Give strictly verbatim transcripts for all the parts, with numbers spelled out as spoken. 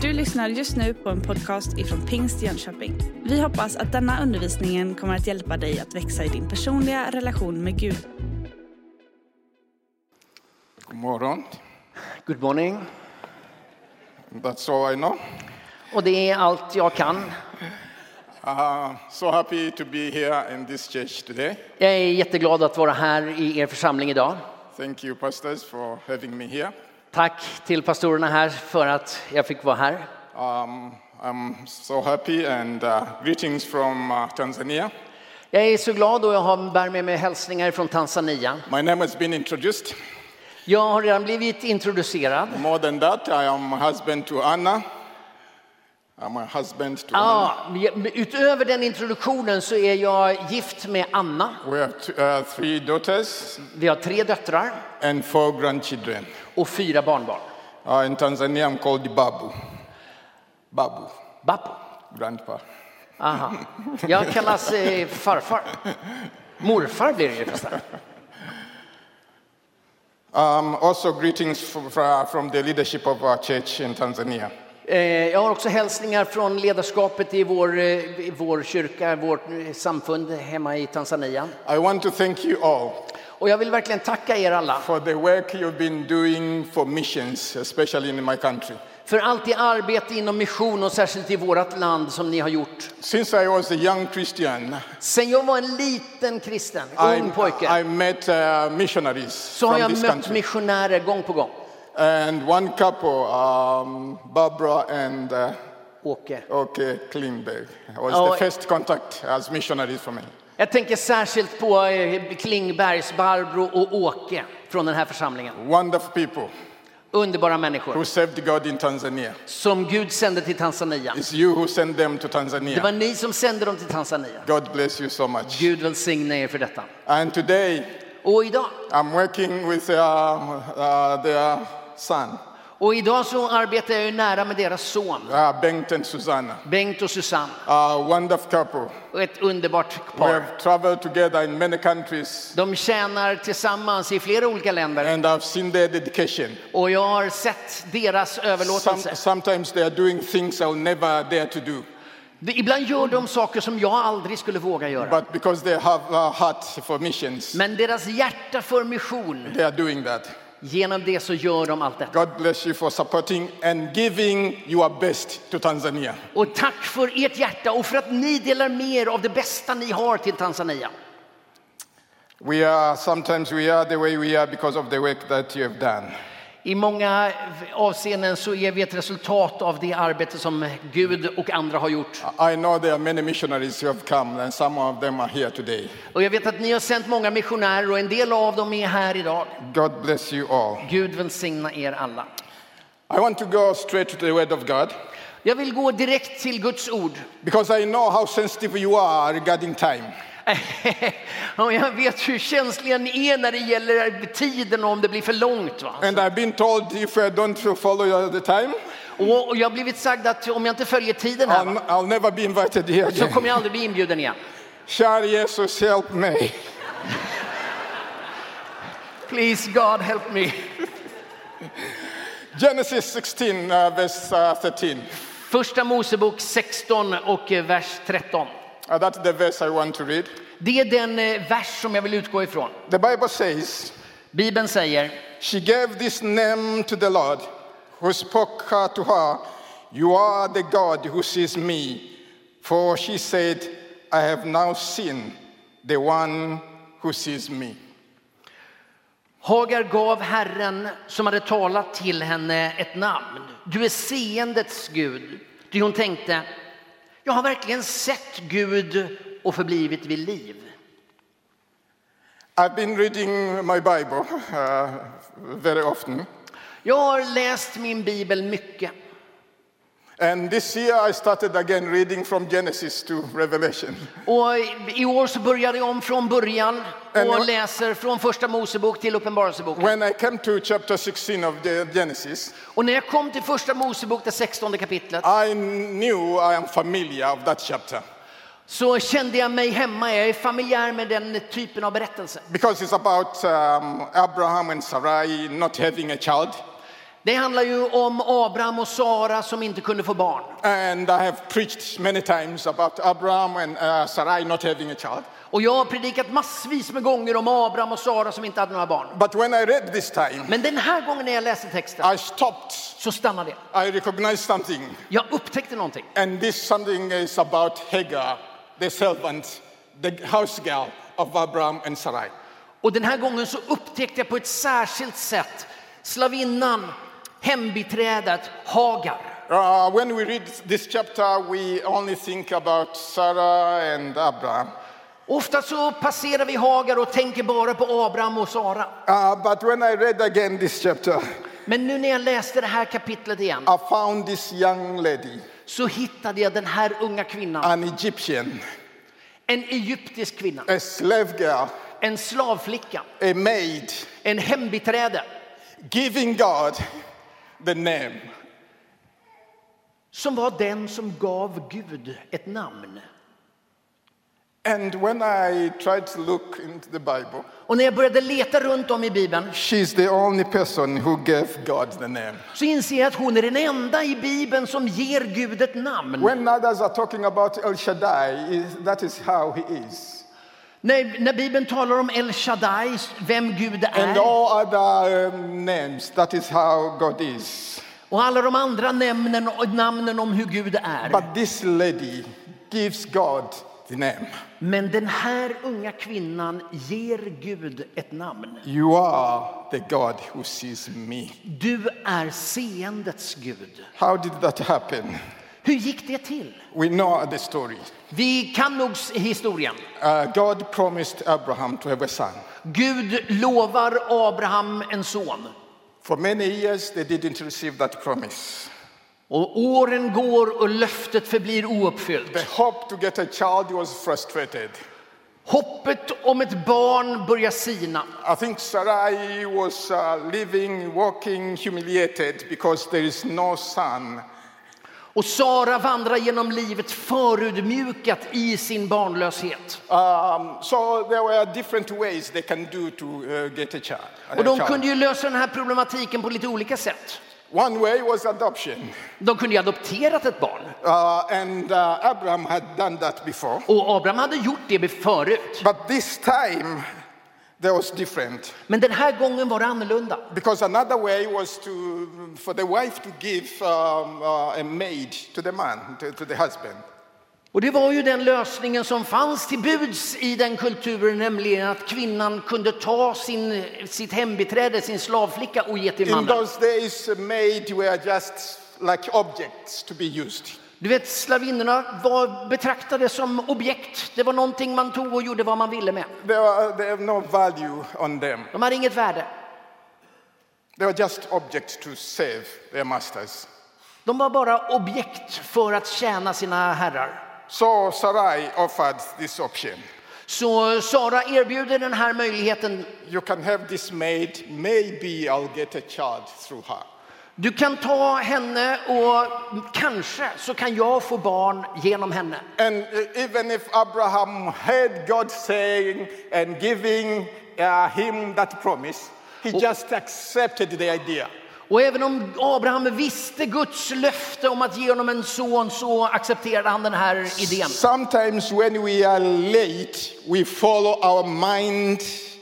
Du lyssnar just nu på en podcast ifrån Pingst Jönköping. Vi hoppas att denna undervisningen kommer att hjälpa dig att växa i din personliga relation med Gud. God morgon. Good morning. That's all I know. Och det är allt jag kan. Uh, so happy to be here in this church today. Jag är jätteglad att vara här i er församling idag. Thank you, pastors, for having me here. Tack till pastorerna här för att jag fick vara här. Um, I'm so happy and uh, greetings from uh, Tanzania. Jag är så glad och jag har bär med mig hälsningar från Tanzania. My name has been introduced. Jag har redan blivit introducerad. More than that, I am husband to Anna. I'm a husband to Ah, Anna. utöver den introduktionen så är jag gift med Anna. We have t- uh, three daughters Vi har tre döttrar and four grandchildren. och fyra barnbarn. Uh, in Tanzania, I'm called Babu. Babu, Bappo. grandpa. Aha. Jag kallas eh, farfar. Morfar blir det ju förstås. Um, also greetings f- f- from the leadership of our church in Tanzania. Eh, jag har också hälsningar från ledarskapet i vår, eh, i vår kyrka, vårt eh, samfund hemma i Tanzania. I want to thank you all Och jag vill verkligen tacka er alla for the work you've been doing for missions, especially in my country. för allt det arbete inom mission och särskilt i vårt land som ni har gjort. Since I was a young Christian, Sen jag var en liten kristen, ung I, pojke, I met uh, missionaries så har from jag this mött country. missionärer gång på gång. And one couple, um, Barbara and uh, Åke. okay, Klingberg, was Oh, the first contact as missionaries for me. Jag tänker särskilt på eh, Klingbergs, Barbro och Åke från den här församlingen. Wonderful people Underbara människor who served God in Tanzania. som Gud sände till Tanzania. It's you who sent them to Det var Tanzania. ni som sände dem till Tanzania. God bless you so much. Gud välsigne er för detta. And today, Och idag, I'm working with uh, uh, their son, och idag så arbetar jag ju nära med deras son, uh, Bengt and Susanna, Bengt och Susanne. a wonderful couple. Och ett underbart We par. have traveled together in many countries, De tjänar tillsammans i flera olika länder. and I've seen their dedication. Och jag har sett deras Some, överlåtelse. sometimes they are doing things I'll never dare to do, Ibland gör de saker som jag aldrig skulle våga göra. but because they have a heart for missions, Men deras hjärta för mission, they are doing that. genom det så gör de allt detta. God bless you for supporting and giving your best to Tanzania. Och tack för ert hjärta och för att ni delar mer av det bästa ni har till Tanzania. We are, sometimes we are the way we are because of the work that you have done. I många avseenden så är vi ett resultat av det arbete som Gud och andra har gjort. I know there are many missionaries who have come, and some of them are here today. Och jag vet att ni har sänt många missionärer och en del av dem är här idag. God bless you all. Gud välsigna er alla. I want to go straight to the word of God Jag vill gå direkt till Guds ord. because I know how sensitive you are regarding time. Och jag vet hur känsliga ni är när det gäller tiden och om det blir för långt. Va? And I've been told if I don't follow the time, Och och jag har blivit sagt att om jag inte följer tiden här, I'll, va, I'll never be invited here så again. kommer jag aldrig bli inbjuden igen. Kära Jesus, help me. Please God help me. Genesis sixteen, uh, verse uh, thirteen. Första Mosebok sexton och eh, vers tretton. Uh, that's the verse I want to read. Det är den eh, vers som jag vill utgå ifrån. The Bible says, Bibeln säger: she gave this name to the Lord, who spoke uh, to her, you are the God who sees me. For she said, I have now seen the one who sees me. Hagar gav Herren som hade talat till henne ett namn. Du är seendets Gud. Ty hon tänkte, jag har verkligen sett Gud och förblivit vid liv. I've been reading my Bible uh, very often. Jag har läst min bibel mycket. And this year I started again reading from Genesis to Revelation. Och i år så började jag om från början And och what- läser från första Mosebok till Uppenbarelseboken. When I came to chapter sixteen of the Genesis, Och när jag kom till första Mosebok, det sextonde kapitlet, I knew I am familiar of that chapter. så kände jag mig hemma. Jag är familjär med den typen av berättelse. Because it's about um, Abraham and Sarai not having a child. Det handlar ju om Abraham och Sara som inte kunde få barn. And I have preached many times about Abraham and uh, Sarai not having a child. Och jag har predikat massvis med gånger om Abraham och Sara som inte hade några barn. But when I read this time, Men den här gången när jag läste texten I stopped. så stannade jag. I recognized something. Jag upptäckte någonting. And this something is about Hagar, the servant, the house girl of Abraham and Sarai. Och den här gången så upptäckte jag på ett särskilt sätt slavinnan, hembiträdet Hagar. Uh, when we read this chapter, we only think about Sarah and Abraham. Ofta så passerar vi Hagar och tänker bara på Abraham och Sara. Uh, but when I read again this chapter, Men nu när jag läste det här kapitlet igen I found this young lady, så hittade jag den här unga kvinnan. an Egyptian, En egyptisk kvinna. a slave girl, En slavflicka. a maid, En hembiträde. giving God the name. Som var den som gav Gud ett namn. And when I tried to look into the Bible, Och när jag började leta runt om i Bibeln she's the only person who gave God the name. så inser jag att hon är den enda i Bibeln som ger Gud ett namn. When others are talking about El Shaddai, is- that is how he is. När, när Bibeln talar om El Shaddai, vem Gud And är, all other um, names, that is how God is. och alla de andra namnen, namnen om hur Gud är. But this lady gives God the name. Men den här unga kvinnan ger Gud ett namn. You are the God who sees me. Du är seendets Gud. How did that happen? Hur gick det till? We know the story. Vi kan nog historien. Uh, God promised Abraham to have a son. Gud lovar Abraham en son. For many years, they didn't receive that promise. Och åren går och löftet förblir ouppfyllt. The hope to get a child was frustrated. Hoppet om ett barn börjar sina. I think Sarai was uh, living, walking, humiliated because there is no son. Och Sara vandrar genom livet förödmjukat i sin barnlöshet. Um, so there were different ways they can do to uh, get a child. a Och de child. kunde ju lösa den här problematiken på lite olika sätt. One way was adoption. De kunde ju adopterat ett barn. Uh, and uh, Abraham had done that before. Och Abraham hade gjort det förut. But this time, that was different. Men den här gången var det annorlunda. Because another way was to, for the wife to give um, uh, a maid to the man, to, to the husband. Och det var ju den lösningen som fanns till buds i den kulturen, nämligen att kvinnan kunde ta sin, sitt hembiträde, sin slavflicka och ge till In mannen. those days, maid were just like objects to be used. Du vet, slavinnorna var betraktade som objekt. Det var någonting man tog och gjorde vad man ville med. There were, there were no value on them. De hade inget värde. They were just objects to save their masters. De var bara objekt för att tjäna sina herrar. So Sarai offered this option. Så Sara erbjuder den här möjligheten. You can have this maid, maybe I'll get a child through her. Du kan ta henne och kanske så kan jag få barn genom henne. And uh, even if Abraham heard God saying and giving uh, him that promise, he just accepted the idea. Och även om Abraham visste Guds löfte om att ge honom en son så accepterade han den här idén. Sometimes when we are late, we follow our mind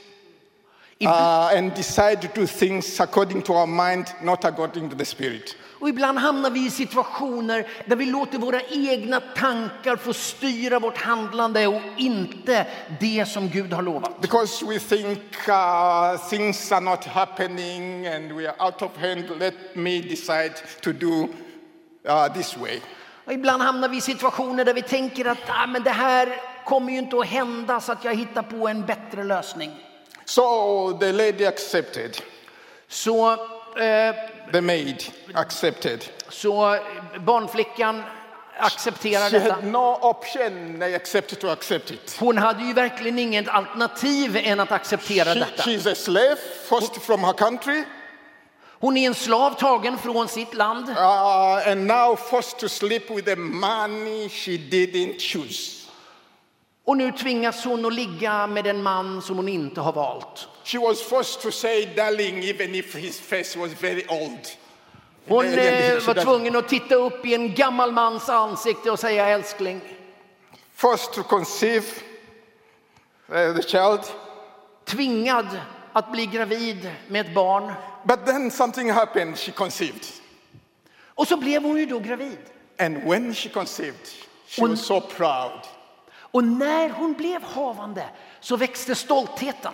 uh, and decide to do things according to our mind, not according to the spirit. Och ibland hamnar vi i situationer där vi låter våra egna tankar få styra vårt handlande och inte det som Gud har lovat. Because we think uh, things are not happening and we are out of hand, let me decide to do uh, this way. Och ibland hamnar vi i situationer där vi tänker att ah, men det här kommer ju inte att hända så att jag hittar på en bättre lösning. So the lady accepted. Så, eh, The maid accepted. så barnflickan accepterar She detta. had no option except to accept it. Hon hade ju verkligen inget alternativ än att acceptera She, detta. she's a slave, forced from her country, Hon är en slav tagen från sitt land. uh, and now forced to sleep with a man she didn't choose. Och nu tvingas hon att ligga med en man som hon inte har valt. She was forced to say, darling, even if his face was very old. Hon eh, var tvungen att titta upp i en gammal mans ansikte och säga älskling. First to conceive uh, the child. Tvingad att bli gravid med ett barn. But then something happened. She conceived. Och så blev hon ju då gravid. And when she conceived, she Och- was so proud. Och när hon blev havande så växte stoltheten.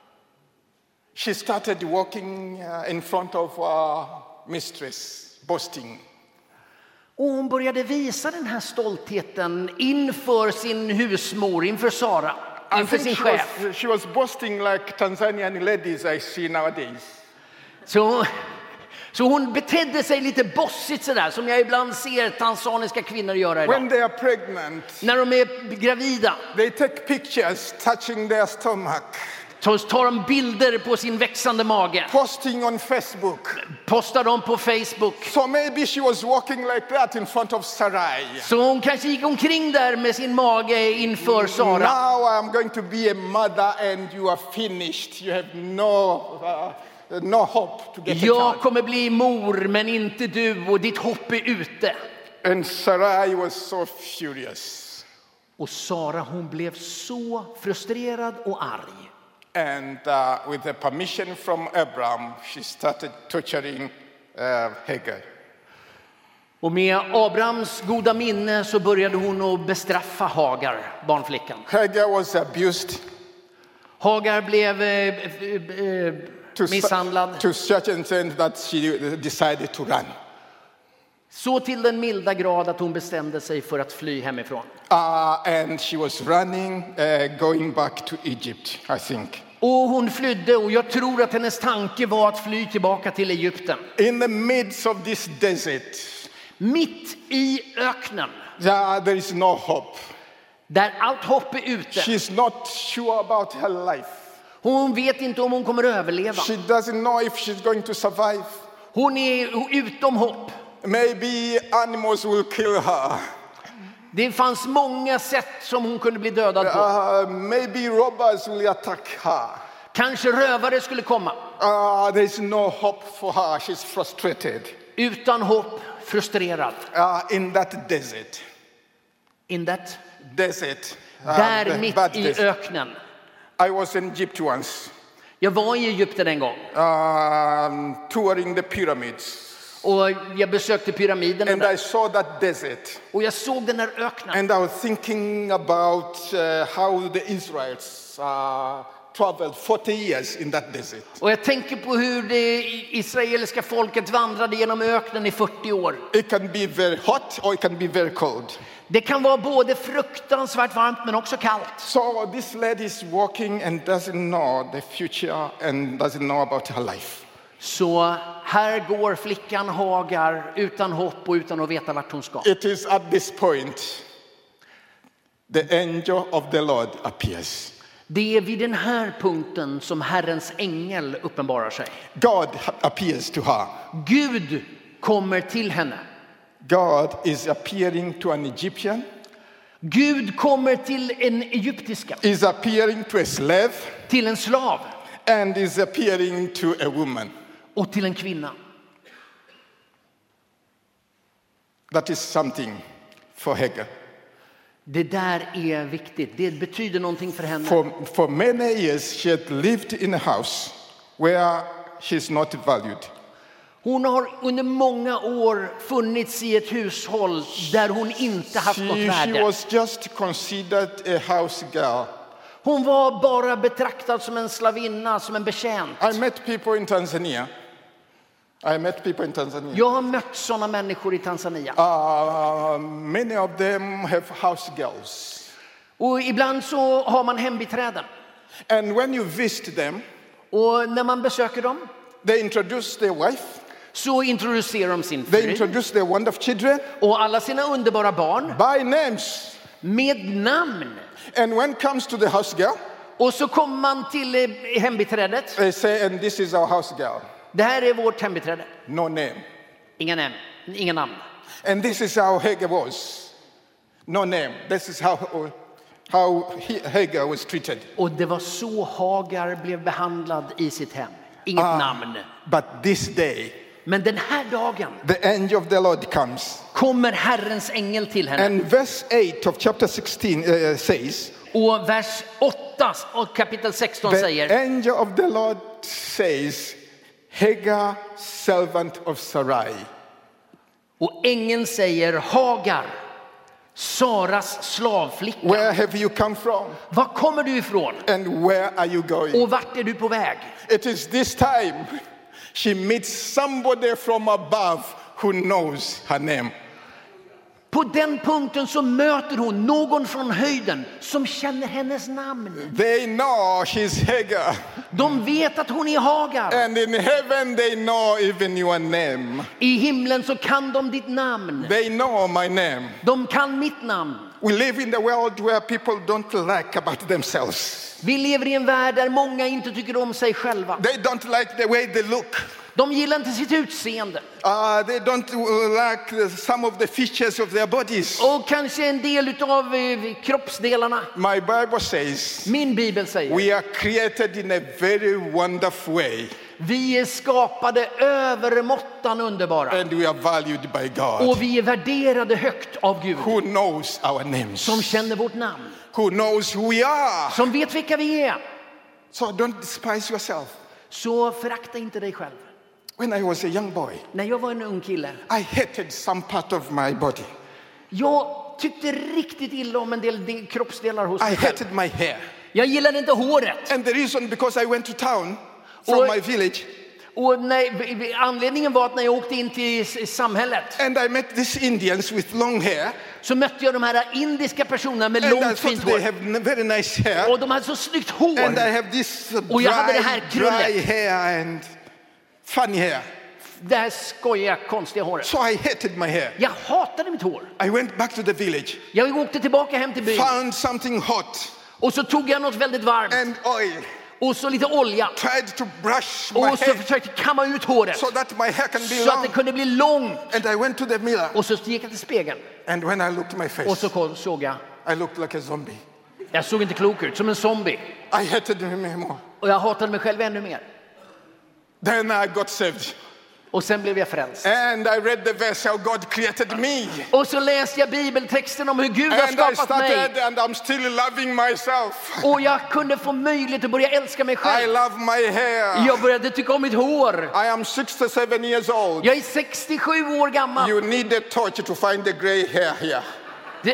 She started walking uh, in front of her mistress, boasting. Och hon började visa den här stoltheten inför sin husmor, inför Sara, I inför think sin she chef. was, she was boasting like Tanzanian ladies I see nowadays. Så, så hon betedde sig lite bossigt sådär, som jag ibland ser tanzaniska kvinnor göra idag. When they are pregnant, När de är gravida they take pictures touching their stomach, så tar de bilder på sin växande mage. posting on Facebook. Postar dem på Facebook. So maybe she was walking like that in front of Sarai. Så hon kanske gick omkring där med sin mage inför Sara. Now I'm going to be a mother and you are finished. You have no, uh, no hope to get a Jag child. kommer bli mor men inte du och ditt hopp är ute. And Sarai was so furious. Och Sara hon blev så frustrerad och arg. And uh, with the permission from Abraham, she started torturing uh, Hagar. Och med Abrahams goda minne så började hon att bestraffa Hagar, barnflickan. Hagar was abused Hagar blev eh, eh, to, su- misshandlad. to such an extent that she decided to run. Så till den milda grad att hon bestämde sig för att fly hemifrån. Uh, and she was running, uh, going back to Egypt, I think. Och hon flydde och jag tror att hennes tanke var att fly tillbaka till Egypten. In the midst of this desert, Mitt i öknen, yeah, there is no hope. där allt hopp är ute. She's not sure about her life. Hon vet inte om hon kommer att överleva. She doesn't know if she's going to survive. Hon är utom hopp. Maybe animals will kill her. Det fanns många sätt som hon kunde bli dödad på. Uh, maybe robbers will attack her. Kanske rövare skulle komma. Uh, there is no hope for her. She's frustrated. Utan hopp, frustrerad. Uh, in that desert. In that. Desert. Uh, Där the mitt bad i desert. öknen. I was in Egypt once, Jag var i Egypten en gång. um, touring the pyramids. Och jag besökte pyramiderna And där. I saw that desert. Och jag såg den här öknen. And I was thinking about uh, how the Israelites uh, traveled forty years in that desert. Och jag tänker på hur det israeliska folket vandrade genom öknen i fyrtio år. It can be very hot or it can be very cold. Det kan vara både fruktansvärt varmt men också kallt. So this lady is walking and doesn't know the future and doesn't know about her life. Så här går flickan Hagar utan hopp och utan att veta vart hon ska. It is at this point the angel of the Lord appears. Det är vid den här punkten som Herrens ängel uppenbarar sig. God appears to her. Gud kommer till henne. God is appearing to an Egyptian. Gud kommer till en egyptiska, Is appearing to a slave till en slav and is appearing to a woman. och till en kvinna. That is something for Hagar. Det där är viktigt. Det betyder någonting för henne. For, for many years she had lived in a house where she's not valued. Hon har under många år funnits i ett hushåll där hon inte haft något She, she värde. was just considered a house girl. Hon var bara betraktad som en slavinna, som en betjänt. I met people in Tanzania. I met people in Tanzania. Jag har mött sådana människor i Tanzania. Uh, many of them have house girls. Och ibland så har man hembiträden. And when you visit them, Och när man besöker dem they introduce their wife. så introducerar de sin They fru introduce their wonderful children och alla sina underbara barn by names. med namn. And when it comes to the house girl, Och så kommer man till eh, hembiträdet. they say, and this is our house girl. Det här är vårt hembiträde. No name. Inga namn. Inga namn. And this is how Hagar was. No name. This is how, how he, Hagar was treated. Och det var så Hagar blev behandlad i sitt hem. Inget namn. But this day, Men den här dagen the angel of the Lord comes. kommer Herrens ängel till henne. And verse eight of chapter sixteen uh, says, Och vers åtta och kapitel sexton the säger, angel of the Lord says, Hagar, servant of Sarai. och ängeln säger, Hagar, Saras slavflicka, Where have you come from? var kommer du ifrån? And where are you going? Och vart är du på väg? It is this time she meets somebody from above who knows her name. På den punkten så möter hon någon från höjden som känner hennes namn. They know she's Hagar. De vet att hon är Hagar. And in heaven they know even your name. I himlen så kan de ditt namn. They know my name. De kan mitt namn. We live in the world where people don't like about themselves. Vi lever i en värld där många inte tycker om sig själva. They don't like the way they look. De gillar inte sitt utseende. Uh, they don't like the, some of the features of their bodies. Och kanske en del av eh, kroppsdelarna. My Bible says Min bibel säger, we are created in a very wonderful way. vi är skapade övermåttan underbara. And we are valued by God. Och vi är värderade högt av Gud. Who knows our names. Som känner vårt namn. Who knows who we are. Som vet vilka vi är. So don't despise yourself. Så förakta inte dig själv. When I was a young boy, När jag var en ung kille, I hated some part of my body. jag tyckte riktigt illa om en del de- kroppsdelar hos I mig själv. hated my hair. Jag gillade inte håret. And the reason, because I went to town from Och- my village. Och när, anledningen var att när jag åkte in till s- samhället And I met these Indians with long hair. så mötte jag de här indiska personerna med And I långt thought fint they hår. have very nice hair. Och de hade så snyggt hår. And I have this uh, Och jag hade det dry, här dry krullet. hair and funny hair. Det här skojiga, konstiga håret. So I hated my hair. Jag hatade mitt hår. I went back to the village, Jag åkte tillbaka hem till byn. found something hot Och så tog jag något väldigt varmt. and oil, Och så lite olja. tried to brush my Och så hair försökte kamma ut håret. so that my hair can be Så att det long. kunde bli långt. And I went to the mirror, Och så gick jag till spegeln. and when I looked at my Och face, så kom- såg jag. I looked like a zombie. Jag såg inte klok ut, som en zombie. I hated me more. Och jag hatade mig själv ännu mer. Then I got saved. Och sen blev jag frälst. And I read the verse how God created me. Och så läste jag bibeltexten om hur Gud har And I skapat mig. started, and I'm still loving myself. Och jag kunde få möjlighet att börja älska mig I själv. love my hair. Jag började tycka om mitt hår. I am sixty-seven years old. Jag är sextiosju år gammal. You need a torch to find the gray hair here. Det...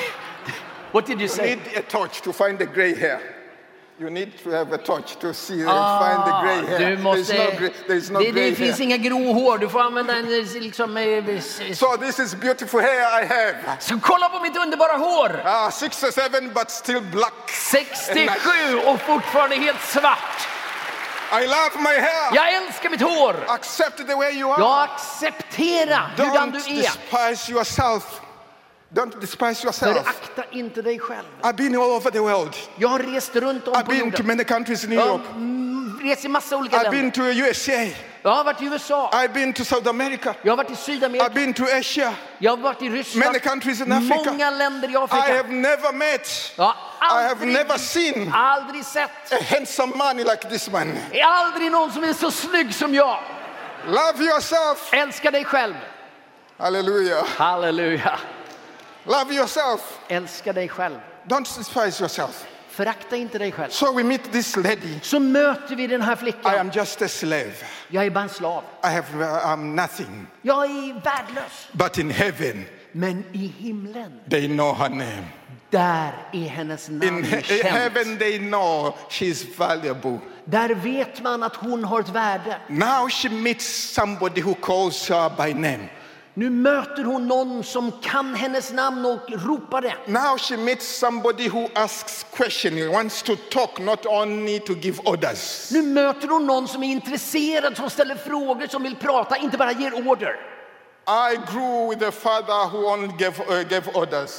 What did you You say? need a torch to find the gray hair. You need to have a torch to see and find the gray hair. Du måste... There's no, gray, there's no det, gray det finns hair. inga grå hår. Du får använda en liksom... eh, So this is beautiful hair I have. Så kolla på mitt underbara hår. Ah, sixty-seven but still black. sextiosju och fortfarande helt svart. I love my hair. Jag älskar mitt hår. Accept the way you are. Jag accepterar hurdan Don't du är. despise yourself. Don't despise yourself. Förakta inte dig själv. I've been all over the world. Jag har rest runt om I've på been to jorden. many countries in Jag Europe. har rest i massa olika I've länder. been to U S A. Jag har varit i U S A. I've been to South America. Jag har varit i I've Sydamerika. been to Asia. Jag har varit i Ryssland. Many countries in Africa. Många länder i I Afrika. have never met, Jag har I have aldrig, never seen aldrig sett. a handsome man like this man. Det är aldrig någon som är så snygg som jag. Love yourself. Älska dig själv. Hallelujah. Halleluja. Love yourself. Älska dig själv. Don't despise yourself. Förakta inte dig själv. So we meet this lady. Så möter vi den här I flickan. am just a slave. Jag är bara en slav. I have uh, I'm nothing. Jag är värdelös. But in heaven, Men i himlen, they know her name. där är hennes In namn he- känt. heaven, they know she's valuable. Där vet man att hon har ett värde. Now she meets somebody who calls her by name. Nu möter hon någon som kan hennes namn och ropar det. Now she meets somebody who asks questions, wants to talk, not only to give orders. Nu möter hon någon som är intresserad, som ställer frågor, som vill prata, inte bara ger order. I grew with a father who only gave, uh, gave orders.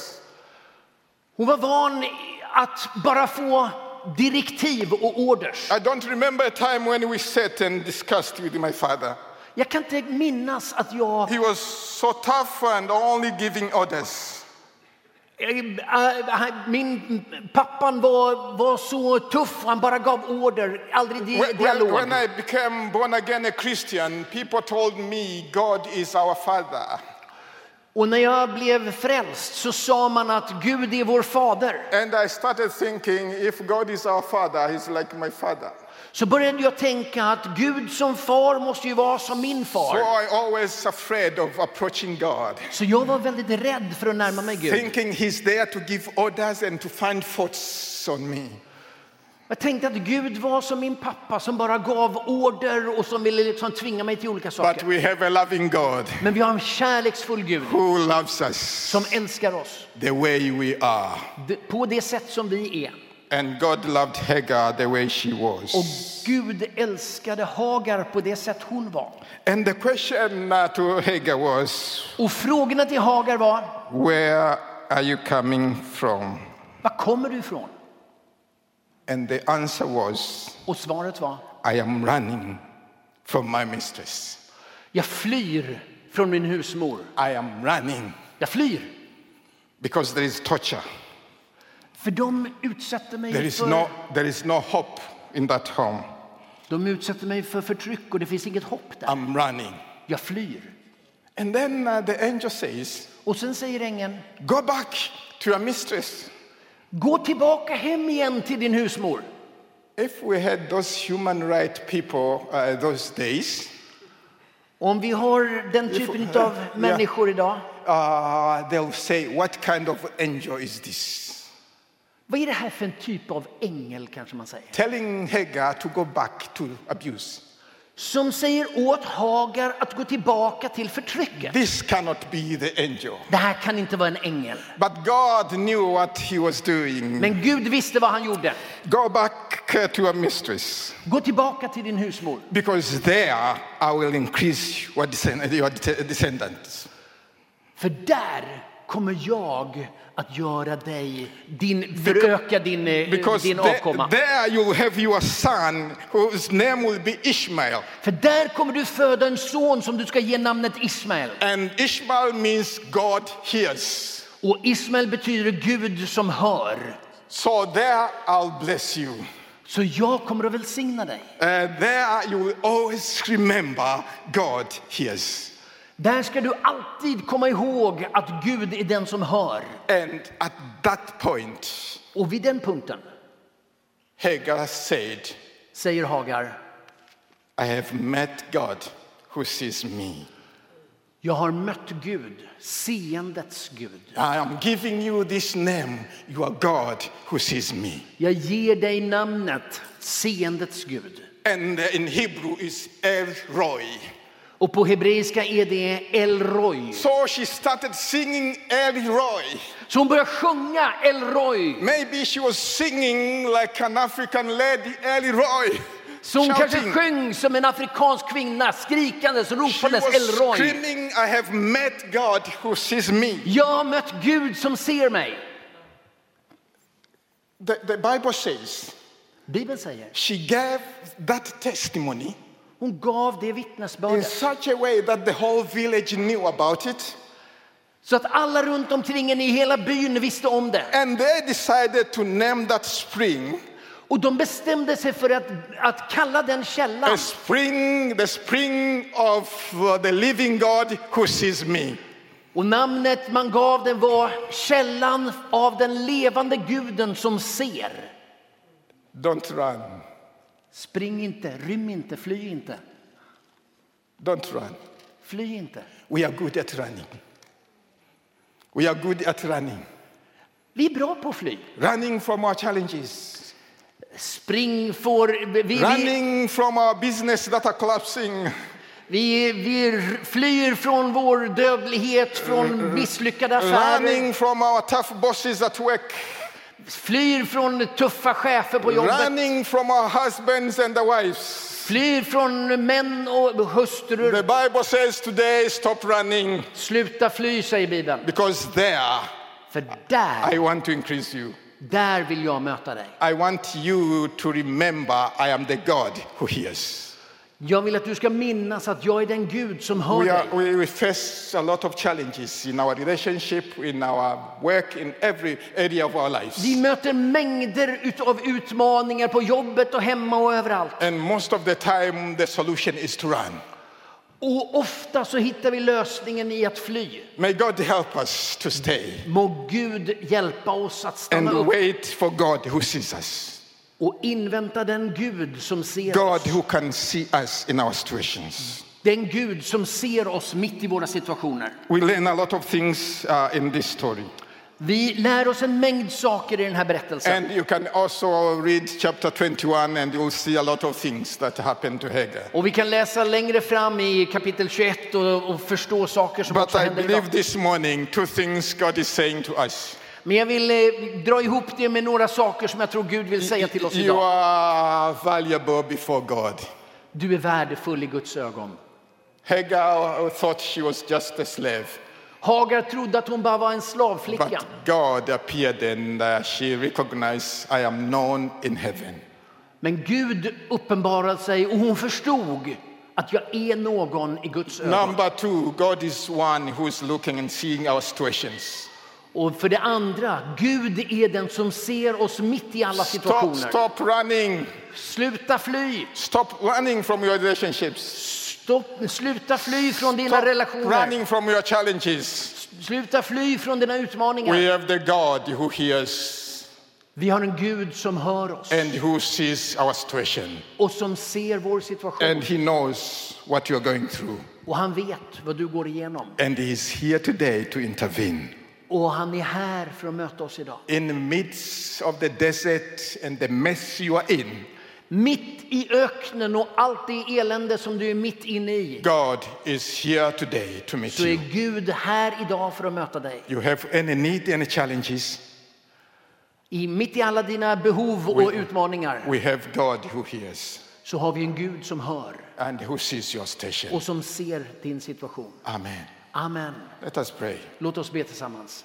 Hon var van att bara få direktiv och orders. I don't remember a time when we sat and discussed with my father. Jag kan inte minnas att jag He was so tough and only giving orders. Min pappan var, var så tuff, han bara gav order, aldrig di- When, dialog. when, when I became born again a Christian, people told me God is our Father. Och när jag blev frälst så sa man att Gud är vår fader. And I started thinking, if God is our Father, he's like my father. Så började jag tänka att Gud som far måste ju vara som min So far. I always afraid of approaching God, Så jag var väldigt rädd för att närma mig Gud. thinking he's there to give orders and to find faults on me. Jag tänkte att Gud var som min pappa som bara gav order och som ville liksom tvinga mig till olika But saker. we have a loving God Men vi har en kärleksfull Gud who loves us som älskar oss the way we are. på det sätt som vi är. And God loved Hagar the way she Och was. Gud älskade Hagar på det sätt hon var. And the question uh, to Hagar was, Och frågorna till Hagar var: where are you coming from? var kommer du ifrån? And the answer was, Och svaret var: I am running from my mistress. jag flyr från min husmor. I am running Jag flyr. because there is torture. För de utsätter There mig is för, no, there is no hope in that home. de utsätter mig för förtryck och det finns inget hopp där. I'm running. Jag flyr. And then uh, the angel says, Och sen säger ängeln: go back to your mistress. gå tillbaka hem igen till din husmor. If we had those human rights people uh, those days, Om vi har den typen av yeah. människor idag, uh, they'll say, what kind of angel is this? vad är det här för en typ av ängel, kanske man säger, Telling Hagar to go back to abuse. som säger åt Hagar att gå tillbaka till förtrycket? This cannot be the angel. Det här kan inte vara en ängel. But God knew what he was doing. Men Gud visste vad han gjorde. Go back uh, to your mistress, Gå tillbaka till din husmor. because there I will increase your, descend- your de- descendants. För där kommer jag att göra dig, din, föröka din, eh, Because din there, avkomma. there you will have your son whose name will be Ishmael. För där kommer du föda en son som du ska ge namnet Ismael. And Ishmael means God hears. Och Ismael betyder Gud som hör. So there I'll bless you. Så jag kommer att välsigna dig. Uh, there you will always remember God hears. Där ska du alltid komma ihåg att Gud är den som hör. And at that point, Och vid den punkten Hagar said, säger Hagar: I have met God who sees me. jag har mött Gud, seendets Gud. I am giving you this name, you are God who sees me. Jag ger dig namnet seendets Gud. And in Hebrew is El Roy. Och på hebreiska är det El Roy. So she started singing El Roy. Så hon börjar sjunga El Roy. Maybe she was singing like an African lady, El Roy. Så hon kanske Shouting. sjöng som en afrikansk kvinna, skrikandes, She ropandes was El Roy. screaming, I have met God who sees me. Jag har mött Gud som ser mig. The, the Bible says Bibeln säger, she gave that testimony hon gav det in vittnesbördet such a way that the whole village knew about it. så att alla runt omkring henne i hela byn visste om det. And they decided to name that spring Och de bestämde sig för att, att kalla den källan a spring, the spring of uh, the living God who sees me. och namnet man gav den var källan av den levande guden som ser. Don't run. Spring inte, rym inte, fly inte. Don't run. Fly inte. We are good at running. We are good at running. Vi är bra på att fly. Running from our challenges. Spring får... Vi, vi, Running from our business that are collapsing. vi, vi flyr från vår dödlighet, från misslyckade affärer. Running from our tough bosses at work. Flyr från tuffa chefer på jobbet. Running from our husbands and their wives. Flyr från män och hustrur. The Bible says today, stop running, Sluta fly, säger Bibeln. because there För där, I want to increase you. där vill jag möta dig. I want you to remember I am the God who hears. Jag vill att du ska minnas att jag är den Gud som hör We, are, dig. we, we face a lot of challenges in our relationship, in our work, in every area of our lives. Vi möter mängder av utmaningar på jobbet och hemma och överallt. And most of the time, the solution is to run. Och ofta så hittar vi lösningen i att fly. May God help us to stay Må Gud hjälpa oss att stanna and upp wait for God who sees us. och invänta den Gud som ser God oss. who can see us in our situations. Den Gud som ser oss mitt i våra situationer. We learn a lot of things uh, in this story. Vi lär oss en mängd saker i den här berättelsen. And you can also read chapter twenty-one and you'll see a lot of things that happened to Hagar. Och vi kan läsa längre fram i kapitel tjugoett och, och förstå saker som But också I händer believe idag. this morning two things God is saying to us. Men jag vill eh, dra ihop det med några saker som jag tror Gud vill säga till oss You idag. are valuable before God. Du är värdefull i Guds ögon. Hagar thought she was just a slave. Hagar trodde att hon bara var en slavflicka. But God appeared and uh, she recognized I am known in heaven. Men Gud uppenbarade sig och hon förstod att jag är någon i Guds ögon. Number two, God is one who is looking and seeing our situations. Och för det andra, Gud är den som ser oss mitt i alla Stop, situationer. stop running. Sluta fly. Stop running from your relationships. Stopp, sluta fly från dina Stop relationer. running from your challenges. Sluta fly från dina utmaningar. We have the God who hears Vi har en Gud som hör oss and who sees our situation. och som ser vår situation. And he knows what you're going through. Och han vet vad du går igenom. And he is here today to intervene. Och han är här för att möta oss idag. In the midst of the desert and the mess you are in, Mitt i öknen och allt det elände som du är mitt inne i, God is here today to meet så är you. Gud här idag för att möta dig. You have any need, any challenges, I mitt i alla dina behov och utmaningar we have God who hears så har vi en Gud som hör and who sees your station. och som ser din situation. Amen. Amen. Let us pray. Låt oss be tillsammans.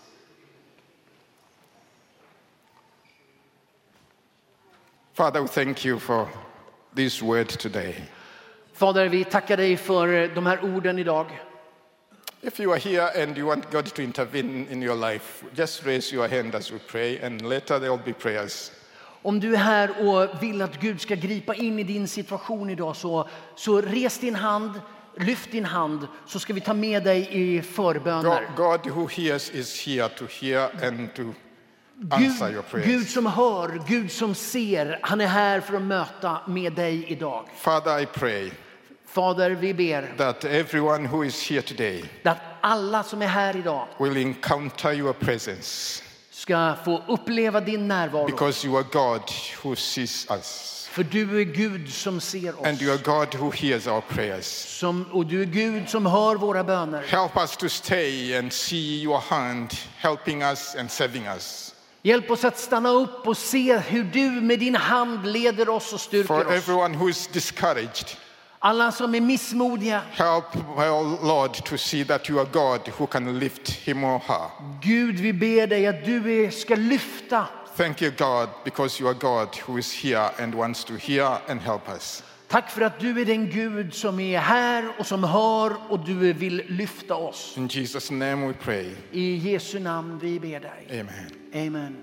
Father, we thank you for this word today. Fader, vi tackar dig för de här orden idag. If you are here and you want God to intervene in your life, just raise your hand as we pray, and later there will be prayers. Om du är här och vill att Gud ska gripa in i din situation idag, så, så res din hand, lyft din hand, så ska vi ta med dig i förböner. God, God who hears is here to hear and to answer your Gud, prayers. Gud som hör, Gud som ser, han är här för att möta med dig idag. Father, I pray Fader, vi ber that everyone who is here today att alla som är här idag will encounter your presence, ska få uppleva din närvaro. because you are God who sees us, För du är Gud som ser oss. and you are God who hears our prayers. Som, och du är Gud som hör våra böner. Help us to stay and see your hand helping us and saving us. Hjälp oss att stanna upp och se hur du med din hand leder oss och styrker For oss. everyone who is discouraged, Alla som är missmodiga, help, well, Lord, to see that you are God who can lift him or her. Gud, vi ber dig att du är, ska lyfta. Thank you, God, because you are God who is here and wants to hear and help us. Tack för att du är den Gud som är här och som hör och du vill lyfta oss. In Jesus' name we pray. I Jesu namn vi ber dig. Amen. Amen.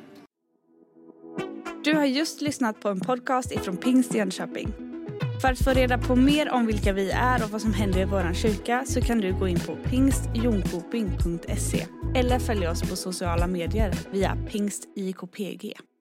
Du har just lyssnat på en podcast ifrån Pingst Jönköping. För att få reda på mer om vilka vi är och vad som händer i vår kyrka, så kan du gå in på pingst jonkoping punkt se eller följa oss på sociala medier via pingst I K P G.